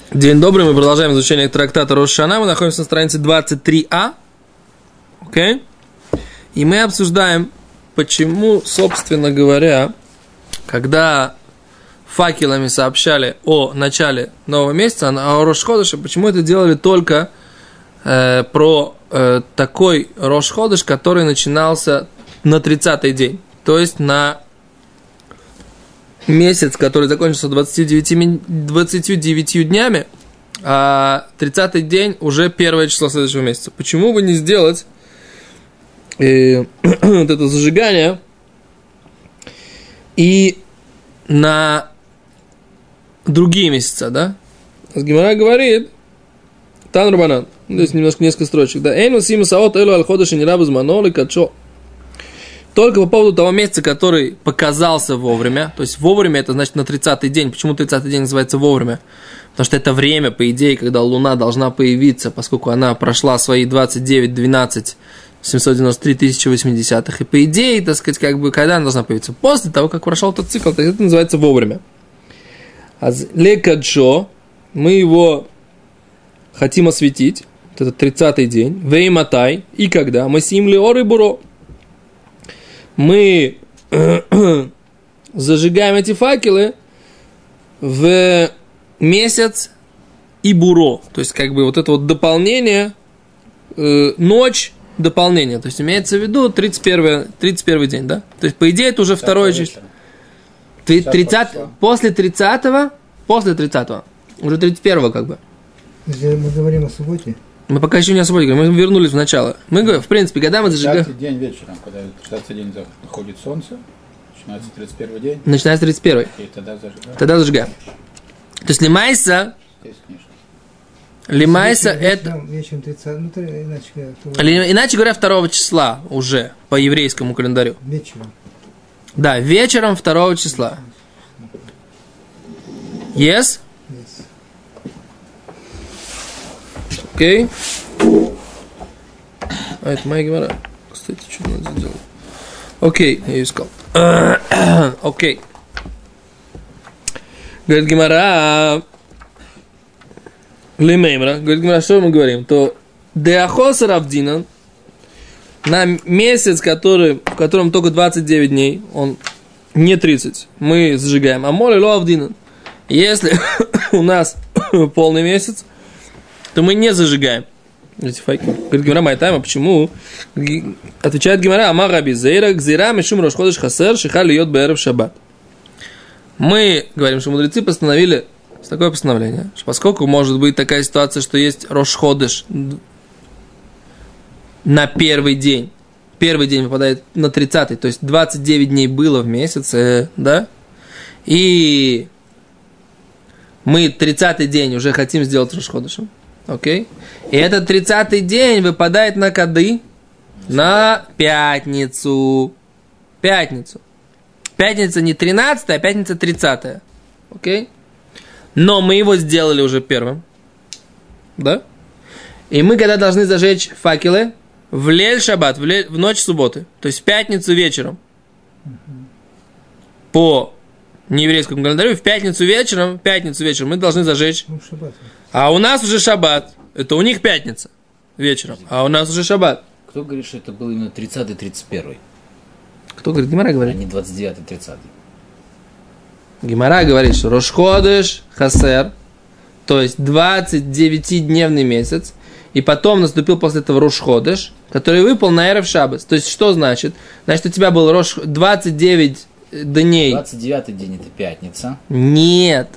День добрый, мы продолжаем изучение трактата Рош Шана. Мы находимся на странице 23а. Окей? И мы обсуждаем, почему, собственно говоря, когда факелами сообщали о начале нового месяца, о Рош Ходеше, почему это делали только про такой Рош Ходеш, который начинался на 30-й день. То есть на месяц, который закончился 29 днями, а 30-й день уже первое число следующего месяца. Почему бы не сделать вот это зажигание и на другие месяца, да? Гемара говорит, Тан Рабанан, здесь несколько строчек, да, Эйну сима саот элу аль-ходаши не рабу зманоли качо. Только по поводу того месяца, который показался вовремя, то есть вовремя это значит на 30-й день. Почему 30-й день называется вовремя? Потому что это время, по идее, когда Луна должна появиться, поскольку она прошла свои 29-12-793 и по идее, так сказать, как бы, когда она должна появиться? После того, как прошел этот цикл, то это называется вовремя. А лекаджо, мы его хотим осветить, вот этот 30-й день, вейматай, и когда? Мы симли оры буро. Мы зажигаем эти факелы в месяц и буро. То есть, как бы, вот это вот дополнение, ночь дополнение. То есть, имеется в виду 31 день, да? То есть, по идее, это уже второе число. 30, после 30-го, уже 31-го, как бы. Мы говорим о субботе. Мы пока еще не о субботе говорим, мы вернулись в начало. Мы говорим, в принципе, когда мы зажигаем... 30-й день вечером, когда 30-й день заходит солнце, начинается 31-й день. Начинается 31-й. И тогда зажигаем. Тогда зажигаем. То есть лимайса... Здесь, конечно. Лимайса это... Вечером 30, Иначе говоря, 2 числа уже по еврейскому календарю. Вечером. Да, вечером 2 числа. Yes? Окей. А это моя гемара. Кстати, что надо сделать? Окей, я ее искал. Окей. Говорит гемара. Лемеймра. Говорит гемара, что мы говорим? То деахос равдинан на месяц, в котором только 29 дней, он не 30, мы зажигаем. А моли ло авдинан. Если у нас полный месяц, то мы не зажигаем эти факелы. Говорит гемара майтайма, почему? Отвечает гемара, амар раби зейра, гзира мишум рош ходеш хасер, шиха льет бэрев шаббат. Мы говорим, что мудрецы постановили такое постановление, что поскольку может быть такая ситуация, что есть рош ходеш на первый день выпадает на 30-й, то есть 29 дней было в месяце, да, и мы 30-й день уже хотим сделать рош ходешем. Окей. И этот 30-й день выпадает на кады? На пятницу. Пятница не 13-я, а пятница 30-я. Окей. Но мы его сделали уже первым. Да? И мы когда должны зажечь факелы? В лель шаббат, в ночь субботы. То есть в пятницу вечером. По нееврейскому календарю, в пятницу вечером мы должны зажечь. А у нас уже шаббат. Это у них пятница вечером. А у нас уже шаббат. Кто говорит, что это был именно 30-й, 31-й? Кто говорит? Гемара говорит. А не 29-й, 30-й. Гемара говорит, что Рош Ходеш Хасер, то есть 29-дневный месяц, и потом наступил после этого Рош Ходеш, который выпал на Эрев Шаббат. То есть что значит? Значит, у тебя был 29 дней. 29-й день это пятница. Нет.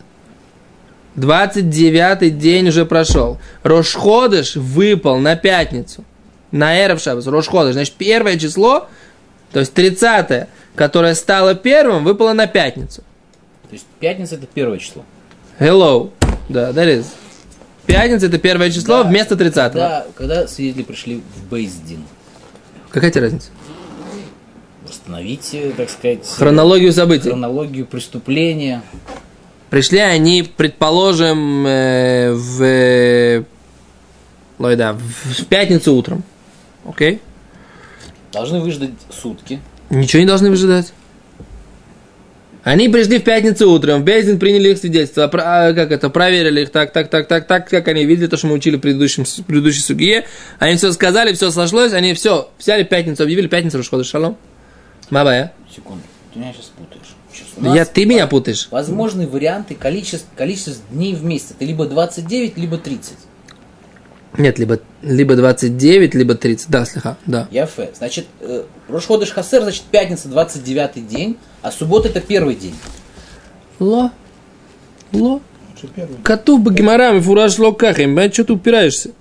29-й день уже прошел. Рош Ходеш выпал на пятницу. На Эрев Шаббат. Рош Ходеш. Значит, первое число, то есть 30-е, которое стало первым, выпало на пятницу. То есть пятница это первое число. Hello. Да, that is. Пятница это первое число вместо 30-го. Когда свидетели пришли в Бейздин? Какая тебе разница? Восстановите, так сказать... Хронологию событий. Хронологию преступления. Пришли они, предположим, в пятницу утром. Окей? Должны выждать сутки. Ничего не должны выжидать. Они пришли в пятницу утром, в Бейздин приняли их свидетельство, проверили их так, как они видели то, что мы учили в предыдущей сугье. Они все сказали, все сошлось, они все взяли пятницу, объявили пятницу Рош ходеш шалом. Мабая. Секунду, ты меня сейчас путаешь. Ты меня путаешь. Возможные варианты количество дней в месяц. Это либо 29, либо 30. Нет, либо 29, либо 30. Да, слегка, да. Яфе. Значит, Рош ходеш хасер, значит, пятница 29 день, а суббота это первый день. Ло. Что первый? Коту бы геморрами фураж локахем. Что ты упираешься?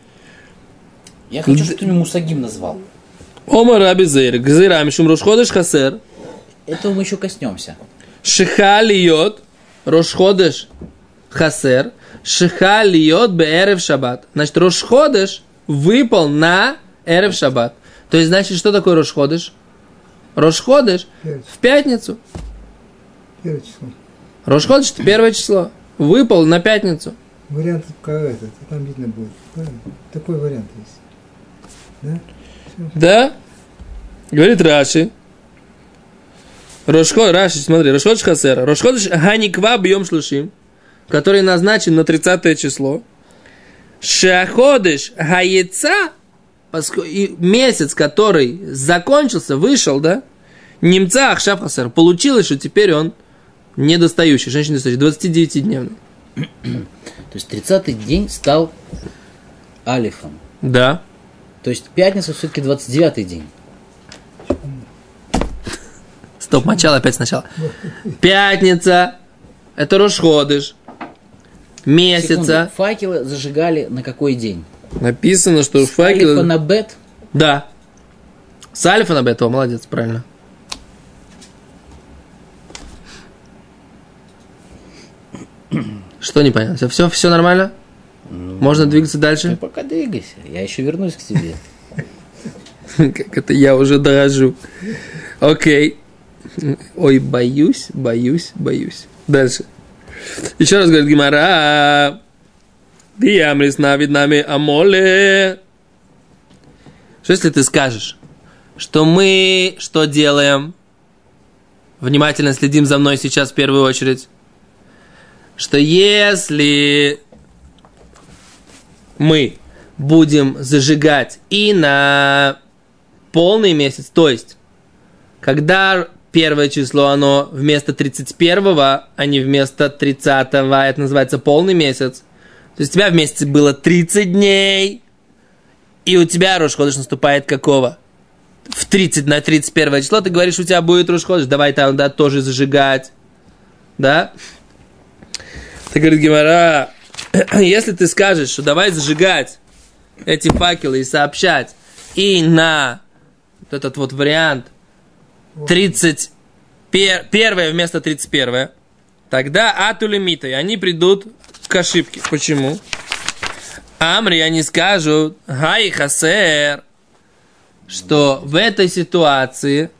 Я хочу, чтобы ты мне мусагим назвал. Омар Абизейр, Гзейра Мишум Рош ходеш хасер. Этого мы еще коснемся. Шиха льет Рош ходеш хасер. Шиха льет беэрев шаббат. Значит, Рош ходеш выпал на эрев шаббат. То есть, значит, что такое Рош ходеш? Рош ходеш в пятницу. Первое число. Рош ходеш это первое число. Выпал на пятницу. Вариант как этот, там видно будет. Правильно? Такой вариант есть. Да? Всё. Да? Говорит Раши. Раши, смотри, Рош ходеш хасер. Рош ходеш ганиква бьем шлушим, который назначен на 30 число. Шаходеш гаеца, месяц, который закончился, вышел, да? Немца ахшав хасер. Получилось, что теперь он недостающий, женщина недостающий, 29-дневный. То есть 30-й день стал алифом. Да. То есть пятница все-таки 29-й день. Стоп, начало опять сначала. Пятница. Это Рош ходеш. Месяца. Секунду. Факелы зажигали на какой день? Написано, что Алифа факелы... на бет? Да. С алифа на бет, молодец, правильно. Что непонятно? Все нормально? Можно двигаться Ты дальше? пока двигайся, я еще вернусь к тебе. Как это я уже дорожу. Окей. Ой, боюсь. Дальше. Еще раз говорит Гимара. Диамрис навид нами амоле. Что если ты скажешь, что мы что делаем? Внимательно следим за мной сейчас в первую очередь. Что если мы будем зажигать и на полный месяц, то есть, когда первое число, оно вместо 31-го, а не вместо 30-го, это называется полный месяц. То есть, у тебя в месяце было 30 дней, и у тебя Рош ходеш наступает какого? В 30 на 31 число ты говоришь, у тебя будет Рош ходеш, давай там, да, тоже зажигать. Да? Ты говоришь, Гемара, если ты скажешь, что давай зажигать эти факелы и сообщать и на вот этот вот вариант 31 вместо 31, тогда атулемита, и они придут к ошибке. Почему? Амри, они скажут, хай хасер, что в этой ситуации,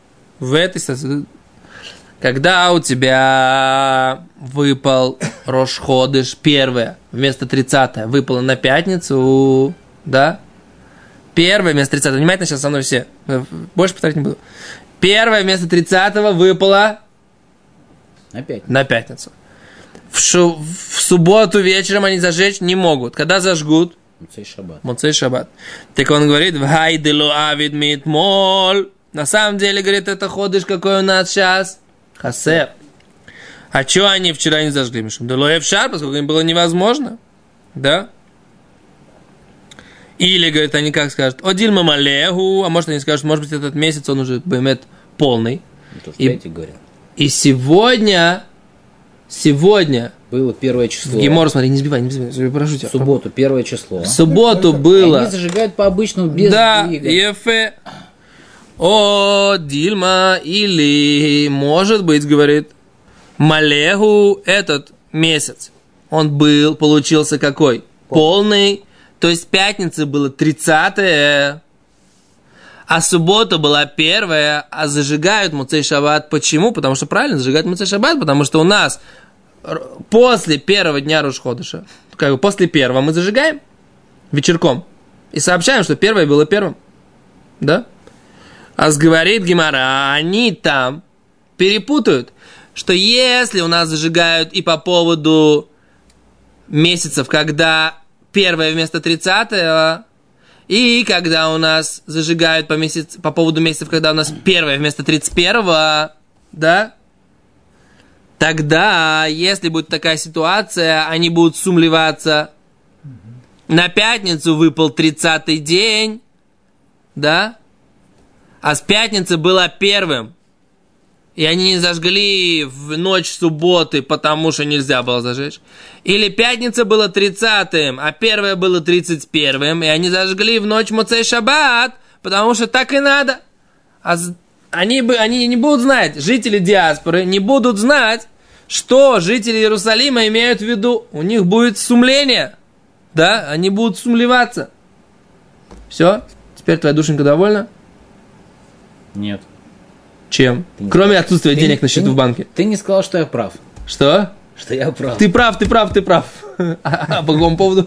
когда у тебя выпал Рош ходеш первое вместо 30, выпало на пятницу, да? Первое вместо 30, внимательно сейчас со мной все, больше повторять не буду. Первое вместо 30 выпало на пятницу. В субботу вечером они зажечь не могут. Когда зажгут? Моцей шаббат. Так он говорит, вайделу авид митмол. На самом деле, говорит, это ходеш, какой у нас сейчас? Хасер. А что они вчера не зажгли? Мишум делоев шар, поскольку им было невозможно. Да? Или, говорит, они как скажут, о дильма малеху, а может они скажут, может быть, этот месяц он уже бэмет полный. И сегодня было первое число. Гемор, смотри, не сбивай, прошу тебя. В субботу, первое число. В субботу было. Они зажигают по-обычному, без двига. Ефе. О, Дильма, или, может быть, говорит, Малеху этот месяц, он получился какой? Полный. То есть пятница была 30-е, а суббота была 1-я, а зажигают Моцей шаббат. Почему? Потому что правильно, зажигают Моцей шаббат, потому что у нас после первого дня Рош ходеша, как бы после первого мы зажигаем вечерком и сообщаем, что первое было первым. Да? А говорит Гемара, они там перепутают. что если у нас зажигают и по поводу месяцев, когда первое вместо 30-го, и когда у нас зажигают по поводу месяцев, когда у нас первое вместо 31-го, да, тогда, если будет такая ситуация, они будут сумлеваться. На пятницу выпал 30-й день, да, а с пятницы было первым. И они не зажгли в ночь субботы, потому что нельзя было зажечь. Или пятница была 30-м, а первое было 31-м, и они зажгли в ночь Моцей Шаббат, потому что так и надо. А они не будут знать, жители диаспоры не будут знать, что жители Иерусалима имеют в виду. У них будет сумление, да, они будут сумлеваться. Все, теперь твоя душенька довольна? Нет. Чем? Кроме отсутствия денег на счету в банке. Ты не сказал, что я прав. Что? Что я прав. Ты прав. А по какому поводу?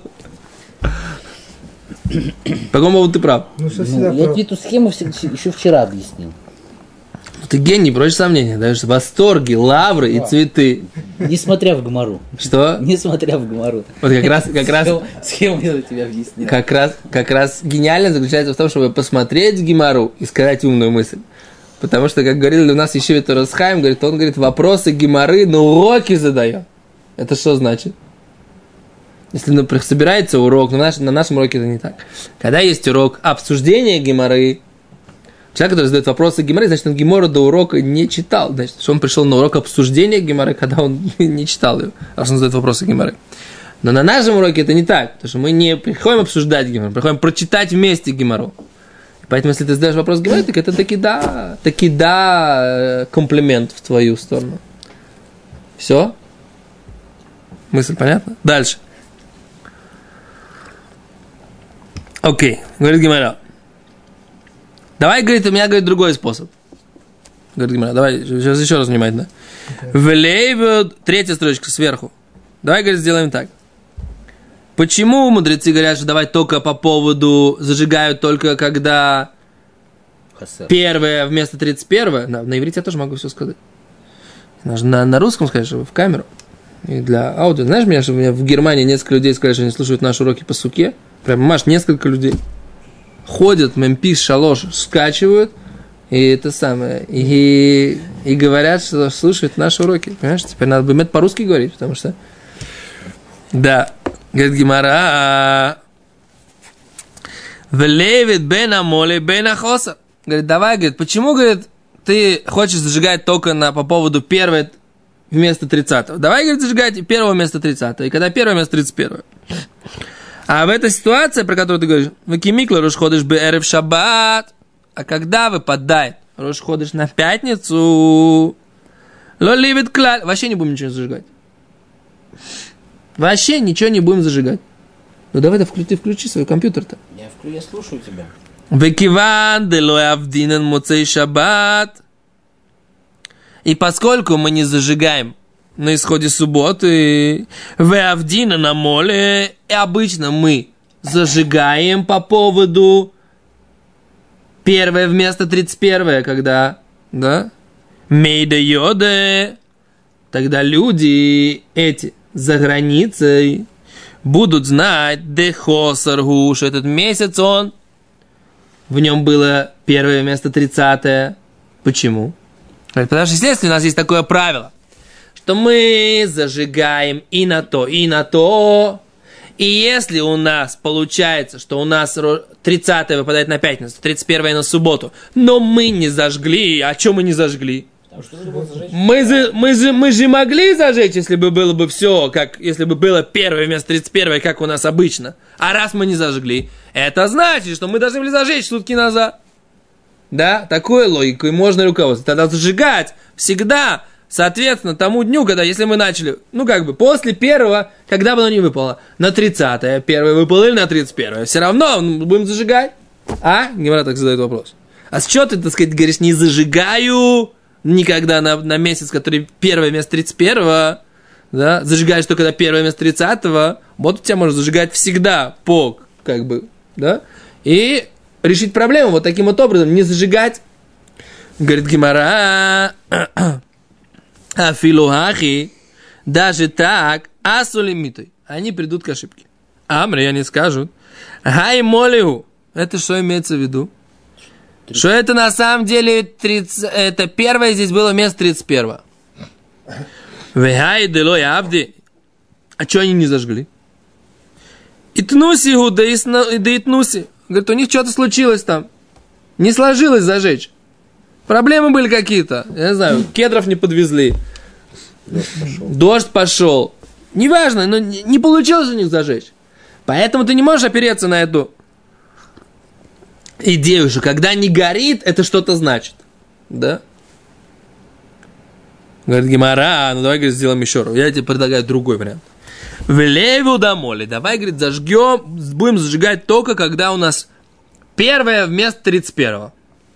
По какому поводу ты прав? Ну, что всегда Я прав. тебе эту схему еще вчера объяснил. Ты гений, прочь сомнения. Даешь восторги, лавры и цветы. Несмотря в Гемару. Что? Несмотря в Гемару. Вот как раз Схему я тебе объяснил. как раз гениально заключается в том, чтобы посмотреть Гемару и сказать умную мысль. Потому что, как говорили у нас еще Торас Хаим, говорит, он говорит, вопросы Гемары на уроки задает. Это что значит? Если, например, собирается урок, на нашем уроке это не так. Когда есть урок обсуждения Гемары, человек, который задает вопросы Гемары, значит, он Гемору до урока не читал. Значит, что он пришел на урок обсуждения Гемары, когда он не читал ее, раз он задает вопросы Гемары. Но на нашем уроке это не так, потому что мы не приходим обсуждать Гемару, приходим прочитать вместе Гемару. Поэтому, если ты задаешь вопрос Гемары, так это таки да, комплимент в твою сторону. Все? Мысль понятна? Дальше. Окей, говорит Гемара. Давай, говорит, у меня, говорит, другой способ. Говорит Гемара, давай, сейчас еще раз внимательно. Влейвуд, третья строчка сверху. Давай, говорит, сделаем так. Почему мудрецы говорят, что давай только по поводу, зажигают только когда первое вместо 31-го? На иврите я тоже могу все сказать. Нужно на русском сказать, чтобы в камеру. И для аудио. Знаешь, меня, что у меня в Германии несколько людей сказали, что они слушают наши уроки по суке. Прям, Маш, несколько людей. Ходят, мемпис, шалош, скачивают. И это самое. И говорят, что слушают наши уроки. Понимаешь, теперь надо бы по-русски говорить, потому что... Да. Говорит Гемара, Влевит бен амоле бен ахоса. Говорит, давай, говорит, почему, говорит, ты хочешь зажигать только по поводу первого вместо 30-го? Давай, говорит, зажигать первого вместо 30-го, и когда первое вместо 31-го. А в этой ситуации, про которую ты говоришь, вакимикла рош ходиш беэрев шаббат, а когда выпадает рош ходиш на пятницу, ло ливит клаль, вообще не будем ничего зажигать. Вообще ничего не будем зажигать. Ну давай ты включи свой компьютер-то. Я слушаю тебя. Векиван делой авдинен моцей шаббат. И поскольку мы не зажигаем на исходе субботы, ве авдина на моле, и обычно мы зажигаем по поводу первое вместо 31-е, когда, да, мейда йоде, тогда люди эти за границей будут знать, дехосар гуш, этот месяц он, в нем было первое вместо 30-е. Почему? Потому что, естественно, у нас есть такое правило, что мы зажигаем и на то, и на то. И если у нас получается, что у нас 30-е выпадает на пятницу, 31-е на субботу, но мы не зажгли, а что мы не зажгли? Мы же могли зажечь, если бы было бы все, как если бы было первое вместо 31, как у нас обычно. А раз мы не зажгли, это значит, что мы должны были зажечь сутки назад. Да, такой логикой можно руководствоваться. Тогда зажигать всегда, соответственно, тому дню, когда, если мы начали, после первого, когда бы оно ни выпало, на 30-е, первое выпало или на 31-е, все равно будем зажигать. А? Гемара так задает вопрос. А с чего ты, так сказать, говоришь, не зажигаю никогда на месяц, который первое вместо 31-го, да, зажигаешь только когда первое вместо 30-го, вот у тебя можно зажигать всегда да, и решить проблему вот таким вот образом, не зажигать. Говорит Гемара, Афилухахи, даже так, асулимитой, они придут к ошибке. Амри, они скажут, гай молиу, это что имеется в виду? Что это на самом деле это первое здесь было вместо 31. Вегай делой авди, а что они не зажгли? Итнуси гу да итнуси, говорит, у них что-то случилось там, не сложилось зажечь. Проблемы были какие-то, я не знаю, кедров не подвезли, дождь пошел. Неважно, но не получилось у них зажечь. Поэтому ты не можешь опереться на эту идею, что когда не горит, это что-то значит. Да? Говорит Гемара, ну давай, говорит, сделаем еще раз. Я тебе предлагаю другой вариант. Влево домоли. Давай, говорит, зажгем, будем зажигать только, когда у нас первое вместо 31-го.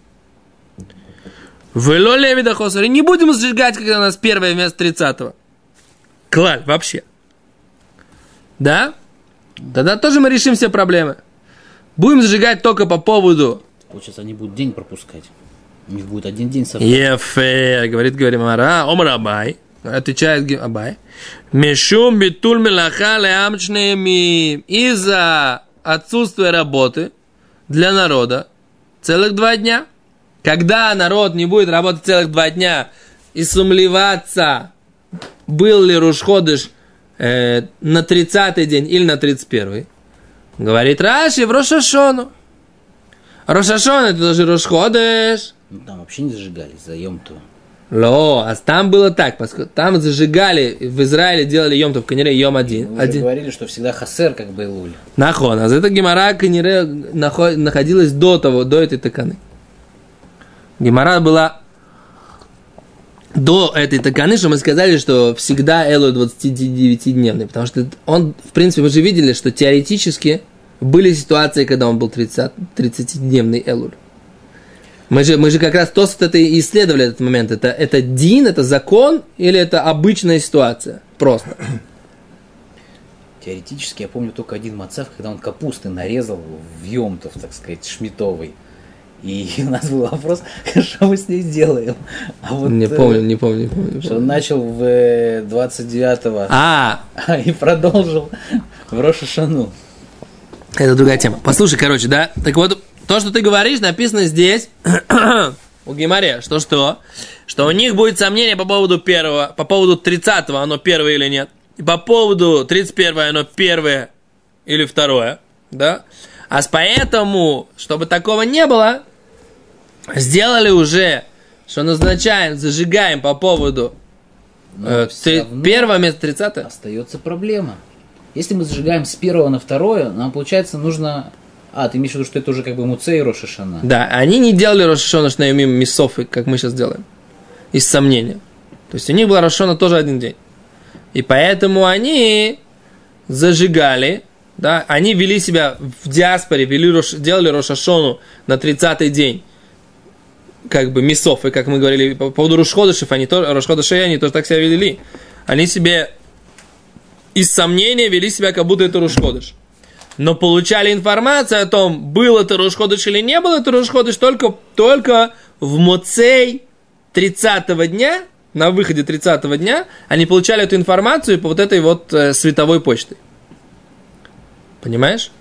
Вело леви да хосари. Не будем зажигать, когда у нас первое вместо 30-го. Клаль, вообще. Да? Тогда тоже мы решим все проблемы. Будем зажигать только по поводу... Получается, они будут день пропускать. У них будет один день совсем. Ефе, говорит Мара, омар Абай. Отвечает Абай. Мешум битуль мелаха леамчнеями. Из-за отсутствия работы для народа целых 2 дня. Когда народ не будет работать целых 2 дня и сумлеваться, был ли Рош-ходеш на 30-й день или на 31-й, говорит Раши в Рош-ха-Шону. Рош-ха-Шон это тоже Рош-ходеш. Ну, там вообще не зажигали за Йом-Тов. Ло, а там было так, поскольку там зажигали, в Израиле делали Йом-Тов, канере Йом-1. Мы уже говорили, что всегда хасер как бы Элуль. Нахон, а за это Гемара канере находилась до этой таканы. Гемара была до этой таканы, что мы сказали, что всегда Элуль 29-дневный, потому что он, в принципе, вы же видели, что теоретически были ситуации, когда он был 30-дневный Элуль. Мы же как раз это и исследовали этот момент. Это дин, это закон или это обычная ситуация? Просто. Теоретически я помню только один мацав, когда он капусты нарезал в Йом-Тов, так сказать, шмитовый. И у нас был вопрос, что мы с ней сделаем. А вот, не помню. Что он начал в 29-го и продолжил в Рош-ха-Шану. Это другая тема. Послушай, короче, да? Так вот, то, что ты говоришь, написано здесь у Гемаре, что у них будет сомнение по поводу 30-го, оно первое или нет. И по поводу 31-го, оно первое или второе. Да? А поэтому, чтобы такого не было, сделали уже, что назначаем, зажигаем по поводу первого вместо 30-го. Остается проблема. Если мы зажигаем с 1 на 2, нам, получается, нужно... ты имеешь в виду, что это уже как бы Муцей Рош-ха-Шана? Да, они не делали Рош-ха-Шана шнаимим мисофы, как мы сейчас делаем. Из сомнения. То есть у них была Рош-ха-Шана тоже один день. И поэтому они зажигали, да, они вели себя в диаспоре, делали Рош-ха-Шану на 30-й день, как бы мисофы, как мы говорили, по поводу Рош-ходешев, Рош-ходешей они тоже так себя вели. Они себе из сомнения вели себя, как будто это Рош-ходеш. Но получали информацию о том, был это Рош-ходеш или не был это Рош-ходеш, только в Моцей 30-го дня, на выходе 30-го дня, они получали эту информацию по вот этой вот световой почтой. Понимаешь?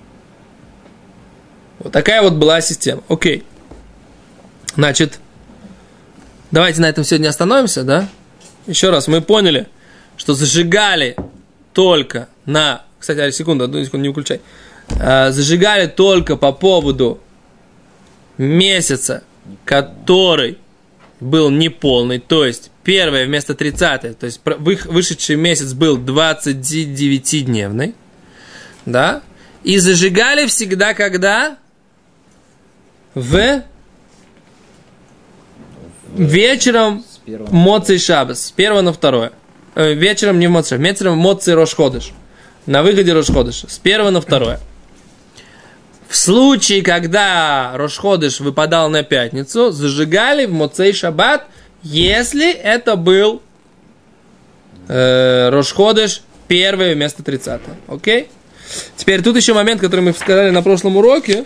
Вот такая вот была система. Окей. Значит, давайте на этом сегодня остановимся, да? Еще раз, мы поняли, что зажигали только на... Кстати, секунду, одну секунду, не выключай. Зажигали только по поводу месяца, который был неполный, то есть первое вместо 30, то есть вышедший месяц был 29-дневный, да? И зажигали всегда когда? Вечером Моцей Шаббас, с 1 на 2. Вечером не в Моцей Шаббас, вечером Моцей Рош-ходеш. На выходе Рош-ходеша, с 1 на 2. В случае, когда Рош-ходеш выпадал на пятницу, зажигали в Моцей Шаббат, если это был Рош-ходеш первый вместо 30-го. Окей? Теперь тут еще момент, который мы сказали на прошлом уроке,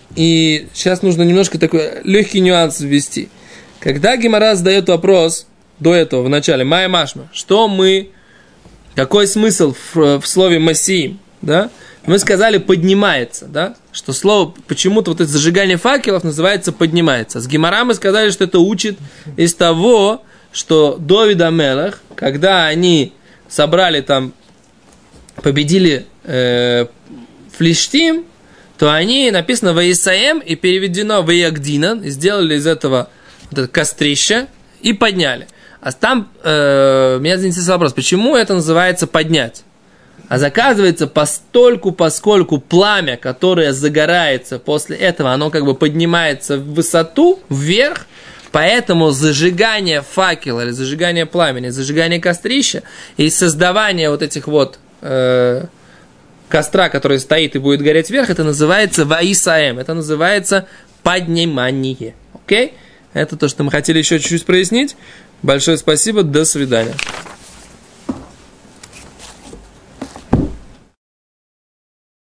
и сейчас нужно немножко такой легкий нюанс ввести. Когда Гемара задает вопрос, до этого, в начале, Майя Машма, какой смысл в слове Масиим, да? Мы сказали поднимается, да? Что слово, почему-то вот это зажигание факелов называется поднимается. С Гемара мы сказали, что это учит из того, что Довид Амелех, когда они собрали там, победили Флиштим, то они, написано Ваисаем и переведено Ваягдинан, и сделали из этого вот это кострище и подняли. А там меня заинтересовал вопрос, почему это называется поднять? А заказывается поскольку пламя, которое загорается после этого, оно как бы поднимается в высоту, вверх, поэтому зажигание факела или зажигание пламени, зажигание кострища и создавание вот этих вот костра, который стоит и будет гореть вверх, это называется ваисаэм, это называется поднимание. Окей? Это то, что мы хотели еще чуть-чуть прояснить. Большое спасибо, до свидания.